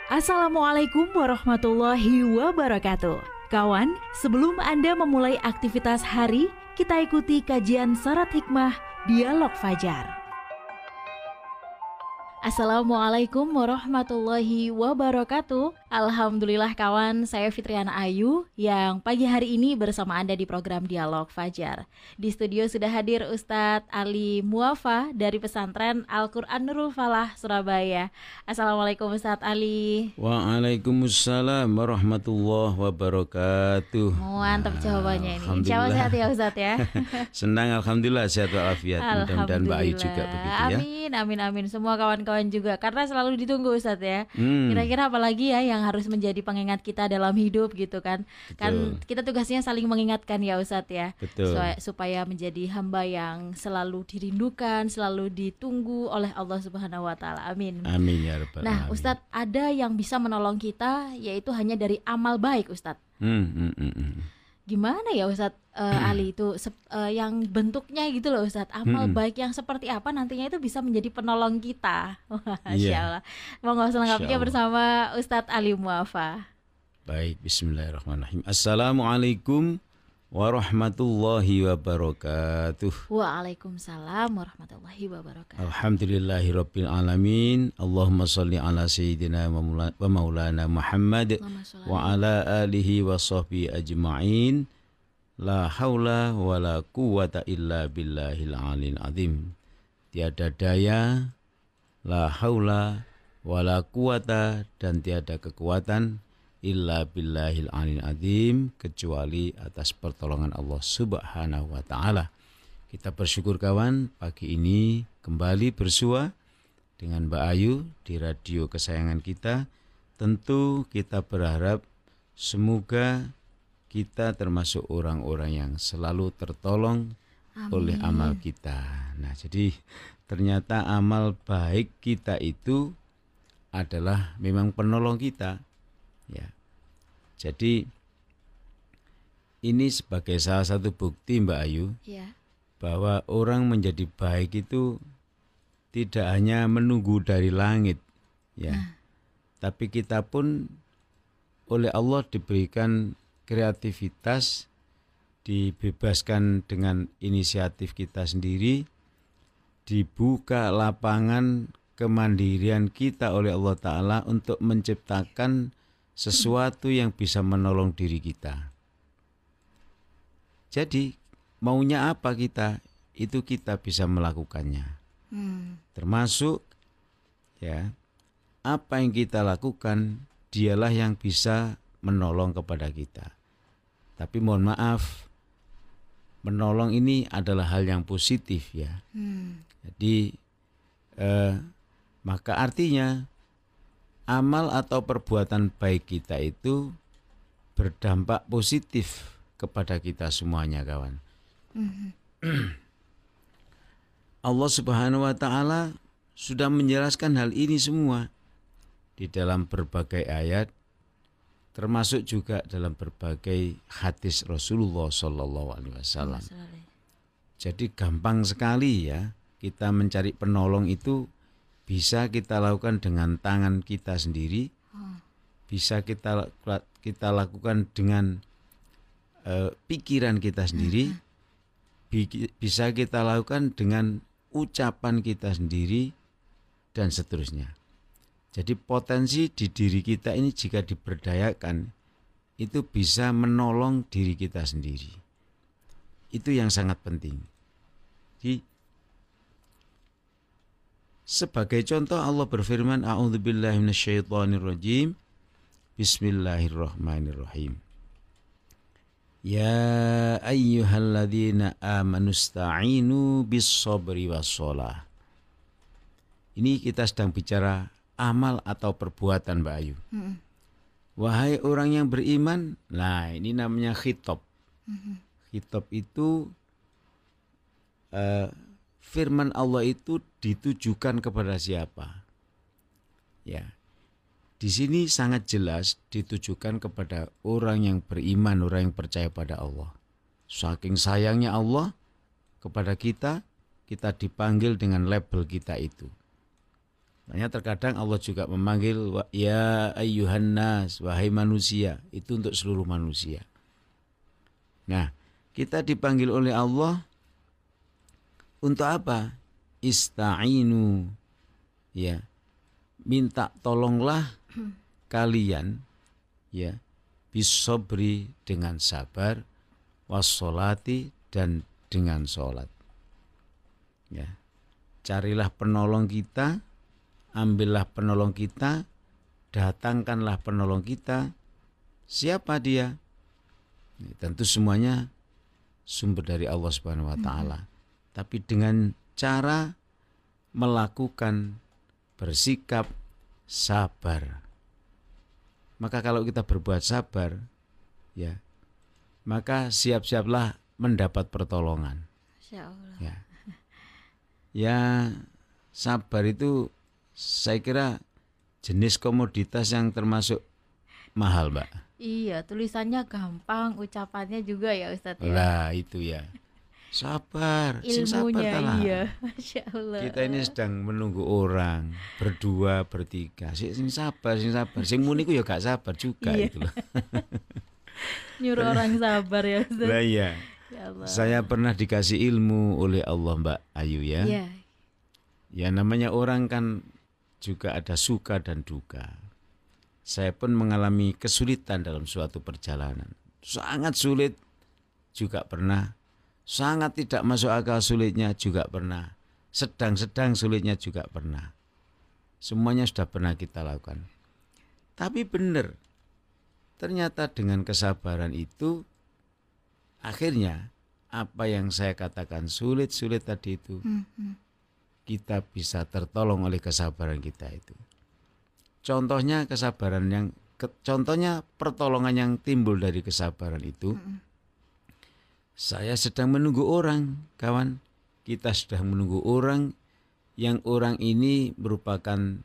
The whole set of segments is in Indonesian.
Assalamualaikum warahmatullahi wabarakatuh. Kawan, sebelum Anda memulai aktivitas hari, kita ikuti kajian Syarat Hikmah Dialog Fajar. Assalamualaikum warahmatullahi wabarakatuh. Alhamdulillah kawan, saya Fitriana Ayu yang pagi hari ini bersama Anda di program Dialog Fajar. Di studio sudah hadir Ustadz Ali Muafa dari pesantren Al-Quran Nurul Falah, Surabaya. Assalamualaikum Ustadz Ali. Waalaikumsalam warahmatullahi wabarakatuh. Mantap jawabannya ini. Insya Allah sehat ya Ustadz ya. Senang, alhamdulillah sehat walafiat. Mudah-mudahan Mbak Ayu juga begitu ya. Amin. Semua kawan-kawan juga, karena selalu ditunggu Ustadz ya. Kira-kira apa lagi ya yang harus menjadi pengingat kita dalam hidup gitu kan. Betul. Kan kita tugasnya saling mengingatkan ya Ustadz ya. Betul. Supaya menjadi hamba yang selalu dirindukan, selalu ditunggu oleh Allah Subhanahu wa taala. Amin. Amin ya rabbal alamin. Nah, Ustadz, ada yang bisa menolong kita yaitu hanya dari amal baik Ustadz. Gimana ya Ustadz Ali itu yang bentuknya gitu loh Ustadz, amal baik yang seperti apa nantinya itu bisa menjadi penolong kita. Masya Allah. Monggo selengkapnya bersama Ustadz Ali Muafa. Baik, bismillahirrahmanirrahim. Assalamualaikum warahmatullahi wabarakatuh. Waalaikumsalam warahmatullahi wabarakatuh. Alhamdulillahirabbil alamin. Allahumma shalli ala sayyidina wa maulana Muhammad wa ala alihi wa sahbihi ajma'in. La haula wa la quwata illa billahil alil azim. Tiada daya, la haula wa la quwata, dan tiada kekuatan illa billahil alil azim, kecuali atas pertolongan Allah Subhanahu wa taala. Kita bersyukur kawan, pagi ini kembali bersua dengan Mbak Ayu di radio kesayangan kita. Tentu kita berharap semoga kita termasuk orang-orang yang selalu tertolong oleh amal kita. Nah, jadi ternyata amal baik kita itu adalah memang penolong kita. Ya. Jadi ini sebagai salah satu bukti Mbak Ayu, bahwa orang menjadi baik itu tidak hanya menunggu dari langit, ya. Tapi kita pun oleh Allah diberikan kreativitas, dibebaskan dengan inisiatif kita sendiri, dibuka lapangan kemandirian kita oleh Allah Ta'ala untuk menciptakan sesuatu yang bisa menolong diri kita. Jadi maunya apa kita, itu kita bisa melakukannya. Termasuk ya, apa yang kita lakukan, dialah yang bisa menolong kepada kita. Tapi mohon maaf, menolong ini adalah hal yang positif ya. Jadi maka artinya amal atau perbuatan baik kita itu berdampak positif kepada kita semuanya kawan. Allah Subhanahu wa taala sudah menjelaskan hal ini semua di dalam berbagai ayat, termasuk juga dalam berbagai hadis Rasulullah SAW. Jadi gampang sekali ya kita mencari penolong itu, bisa kita lakukan dengan tangan kita sendiri, bisa kita lakukan dengan pikiran kita sendiri, bisa kita lakukan dengan ucapan kita sendiri, dan seterusnya. Jadi potensi di diri kita ini jika diberdayakan, itu bisa menolong diri kita sendiri. Itu yang sangat penting. Jadi, sebagai contoh Allah berfirman, A'udzubillahi minasyaitonirrajim, Bismillahirrahmanirrahim. Ya ayyuhalladzina amanusta'inu bis-sabri was-shalah. Ini kita sedang bicara amal atau perbuatan Mbak Ayu. Wahai orang yang beriman, nah ini namanya khitab. Khitab itu firman Allah itu ditujukan kepada siapa? Ya, di sini sangat jelas ditujukan kepada orang yang beriman, orang yang percaya pada Allah. Saking sayangnya Allah kepada kita, kita dipanggil dengan label kita itu. Makanya terkadang Allah juga memanggil ya ayyuhan nas, wahai manusia, itu untuk seluruh manusia. Nah, kita dipanggil oleh Allah untuk apa? Ista'inu, ya, minta tolonglah kalian, ya, bisobri, dengan sabar, wassolati, dan dengan sholat. Ya, carilah penolong kita, ambillah penolong kita, datangkanlah penolong kita. Siapa dia? Tentu semuanya sumber dari Allah Subhanahu wa taala. Tapi dengan cara melakukan, bersikap sabar. Maka kalau kita berbuat sabar, ya, maka siap-siaplah mendapat pertolongan. Masya Allah. Ya, sabar itu saya kira jenis komoditas yang termasuk mahal, Mbak. Iya, tulisannya gampang, ucapannya juga ya Ustadz ya. Lah itu ya. Sabar, sing sabar Ilmunya, talah. iya. Masya Allah. Kita ini sedang menunggu orang berdua, bertiga. Sing sabar, sing sabar. Sing muni ku ya gak sabar juga Iya. itu loh. Nyuruh orang sabar ya Ustadz. Lah iya. Ya Allah. Saya pernah dikasih ilmu oleh Allah, Mbak Ayu ya. Iya. Ya namanya orang kan juga ada suka dan duka. Saya pun mengalami kesulitan dalam suatu perjalanan. Sangat sulit juga pernah. Sangat tidak masuk akal sulitnya juga pernah. Sedang-sedang sulitnya juga pernah. Semuanya sudah pernah kita lakukan. Tapi benar, ternyata dengan kesabaran itu, akhirnya apa yang saya katakan sulit-sulit tadi itu, kita bisa tertolong oleh kesabaran kita itu. Contohnya contohnya pertolongan yang timbul dari kesabaran itu. Saya sedang menunggu orang, kawan. Kita sedang menunggu orang yang orang ini merupakan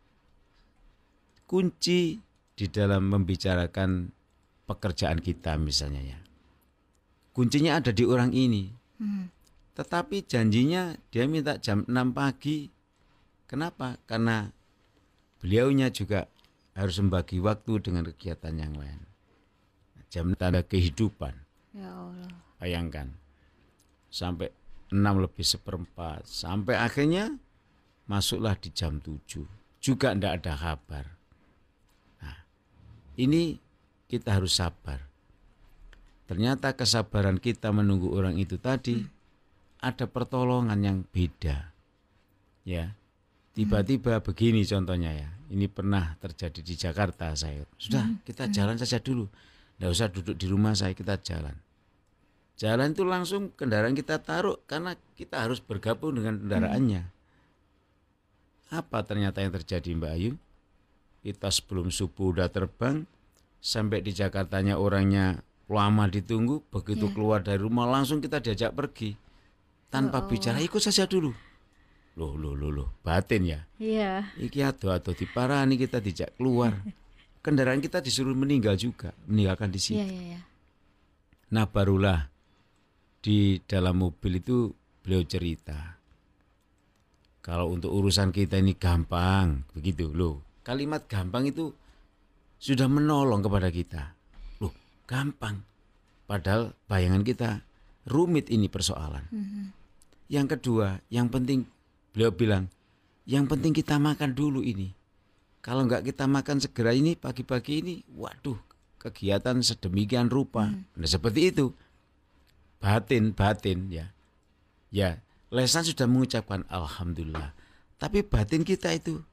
kunci di dalam membicarakan pekerjaan kita misalnya ya. Kuncinya ada di orang ini. Tetapi janjinya dia minta jam 6 pagi. Kenapa? Karena beliaunya juga harus membagi waktu dengan kegiatan yang lain. Jam tanda kehidupan. Ya Allah. Bayangkan, sampai 6:04, sampai akhirnya masuklah di jam 7. Juga tidak ada kabar. Nah, ini kita harus sabar. Ternyata kesabaran kita menunggu orang itu tadi, ada pertolongan yang beda. Ya, tiba-tiba begini contohnya ya. Ini pernah terjadi di Jakarta saya. Sudah, kita jalan saja dulu. Tidak usah duduk di rumah saya, kita jalan. Jalan itu langsung kendaraan kita taruh karena kita harus bergabung dengan kendaraannya. Apa ternyata yang terjadi Mbak Ayu? Kita sebelum subuh udah terbang, sampai di Jakartanya orangnya lama ditunggu, begitu keluar dari rumah langsung kita diajak pergi. Tanpa bicara, ikut saja dulu. Loh, batin ya? Iya. Iki ado diparani kita dijak keluar. Kendaraan kita disuruh meninggal juga, meninggalkan di situ. Iya. Nah barulah di dalam mobil itu beliau cerita, kalau untuk urusan kita ini gampang, begitu loh. Kalimat gampang itu sudah menolong kepada kita. Loh, gampang. Padahal bayangan kita rumit ini persoalan. Yang kedua, yang penting beliau bilang, yang penting kita makan dulu ini. Kalau enggak kita makan segera ini pagi-pagi ini, waduh, kegiatan sedemikian rupa. Nah, seperti itu. Batin ya. Ya, lesan sudah mengucapkan alhamdulillah. Tapi batin kita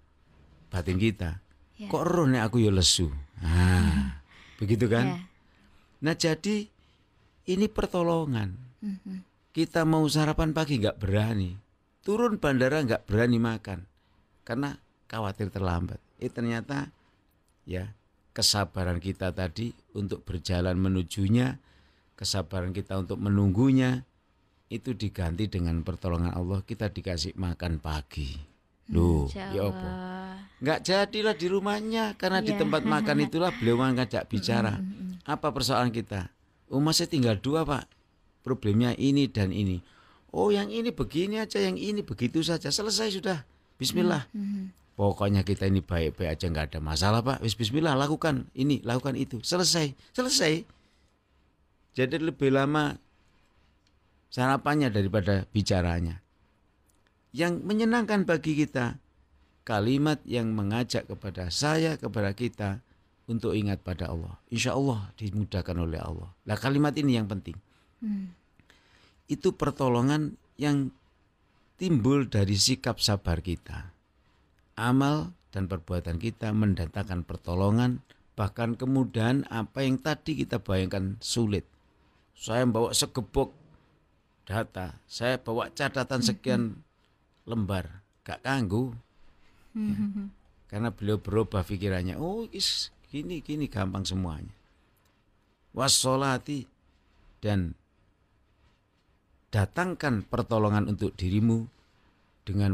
kok roh nek aku ya lesu. Nah, begitu kan? Nah, jadi ini pertolongan. Kita mau sarapan pagi enggak berani. Turun bandara enggak berani makan karena khawatir terlambat. Ternyata ya kesabaran kita tadi untuk berjalan menujunya, kesabaran kita untuk menunggunya itu diganti dengan pertolongan Allah, kita dikasih makan pagi. Loh, ya apa? Enggak jadilah di rumahnya karena di tempat makan itulah beliau ngajak bicara. Apa persoalan kita? Oh, masih tinggal 2, Pak. Problemnya ini dan ini. Oh, yang ini begini aja, yang ini begitu saja. Selesai sudah. Bismillah. Pokoknya kita ini baik-baik aja, nggak ada masalah Pak. Bismillah, lakukan ini, lakukan itu. Selesai. Jadi lebih lama sarapannya daripada bicaranya. Yang menyenangkan bagi kita, kalimat yang mengajak kepada saya, kepada kita untuk ingat pada Allah. Insya Allah dimudahkan oleh Allah. Nah, kalimat ini yang penting. Itu pertolongan yang timbul dari sikap sabar kita. Amal dan perbuatan kita mendatangkan pertolongan, bahkan kemudahan apa yang tadi kita bayangkan sulit. Saya bawa segebok data, saya bawa catatan sekian lembar, gak kanggu. Ya. Karena beliau berubah pikirannya. Oh, gini gampang semuanya. Wassolati, dan datangkan pertolongan untuk dirimu dengan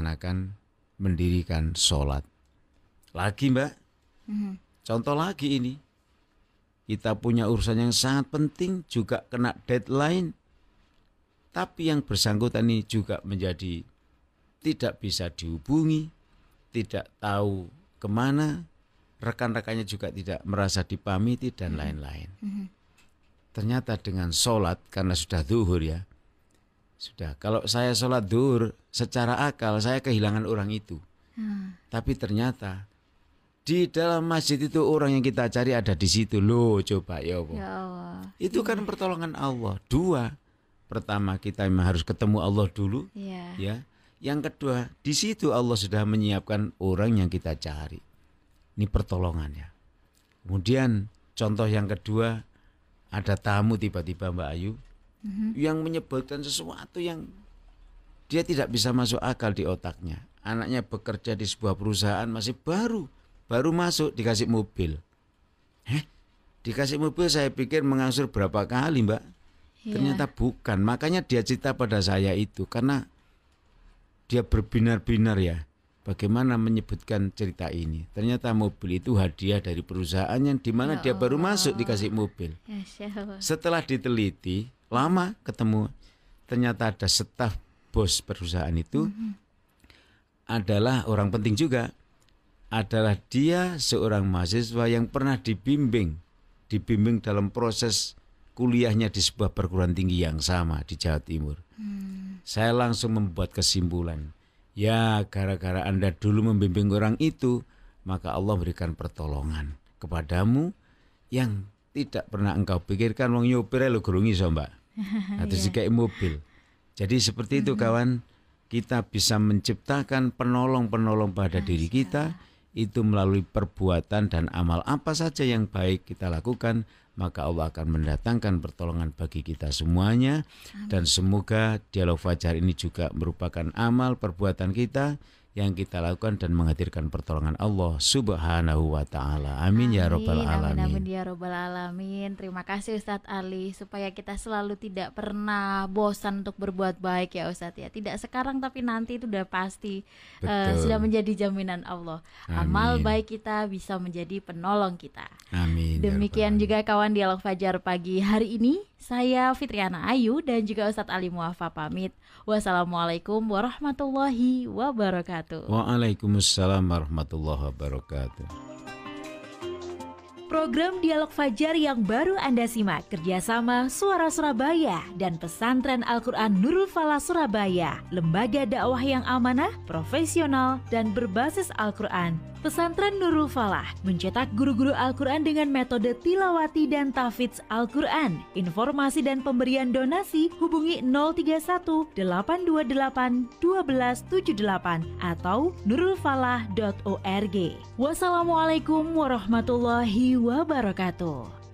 mendirikan sholat. Lagi Mbak, contoh lagi ini. Kita punya urusan yang sangat penting, juga kena deadline. Tapi yang bersangkutan ini juga menjadi tidak bisa dihubungi, tidak tahu kemana, rekan-rekannya juga tidak merasa dipamiti dan lain-lain. Ternyata dengan sholat, karena sudah zuhur ya, sudah. Kalau saya sholat zuhur, secara akal saya kehilangan orang itu. Tapi ternyata di dalam masjid itu orang yang kita cari ada di situ. Loh, coba ya Allah. Itu kan pertolongan Allah. Dua, pertama kita memang harus ketemu Allah dulu. Ya. Yang kedua, di situ Allah sudah menyiapkan orang yang kita cari. Ini pertolongannya. Kemudian contoh yang kedua, ada tamu tiba-tiba Mbak Ayu yang menyebutkan sesuatu yang dia tidak bisa masuk akal di otaknya. Anaknya bekerja di sebuah perusahaan, masih baru masuk dikasih mobil. Dikasih mobil, saya pikir mengangsur berapa kali Mbak. Ternyata bukan. Makanya dia cerita pada saya itu karena dia berbinar-binar ya, bagaimana menyebutkan cerita ini. Ternyata mobil itu hadiah dari perusahaan yang dimana dia baru masuk dikasih mobil. Setelah diteliti, lama ketemu, ternyata ada staf bos perusahaan itu adalah orang penting juga. Adalah dia seorang mahasiswa yang pernah dibimbing dalam proses kuliahnya di sebuah perguruan tinggi yang sama di Jawa Timur. Saya langsung membuat kesimpulan, ya gara-gara Anda dulu membimbing orang itu, maka Allah berikan pertolongan kepadamu yang tidak pernah engkau pikirkan. Wong nyopir lo gurung iso Mbak. Atau kayak mobil. Jadi seperti itu kawan, kita bisa menciptakan penolong-penolong pada diri kita itu melalui perbuatan dan amal apa saja yang baik kita lakukan, maka Allah akan mendatangkan pertolongan bagi kita semuanya. Dan semoga Dialog Fajar ini juga merupakan amal perbuatan kita yang kita lakukan dan menghadirkan pertolongan Allah Subhanahu wa ta'ala. Amin ya rabbal alamin. Amin ya rabbal alamin. Terima kasih Ustadz Ali, supaya kita selalu tidak pernah bosan untuk berbuat baik ya Ustadz ya. Tidak sekarang tapi nanti itu udah pasti sudah menjadi jaminan Allah. Amal baik kita bisa menjadi penolong kita. Amin. Demikian juga kawan Dialog Fajar pagi hari ini. Saya Fitriana Ayu dan juga Ustadz Ali Muafa pamit. Wassalamualaikum warahmatullahi wabarakatuh. Waalaikumsalam warahmatullahi wabarakatuh. Program Dialog Fajar yang baru Anda simak kerjasama Suara Surabaya dan Pesantren Al-Quran Nurul Falah Surabaya, lembaga dakwah yang amanah, profesional, dan berbasis Al-Quran. Pesantren Nurul Falah mencetak guru-guru Al-Quran dengan metode tilawati dan tahfidz Al-Quran. Informasi dan pemberian donasi hubungi 031 828 1278 atau nurulfalah.org. Wassalamualaikum warahmatullahi wabarakatuh.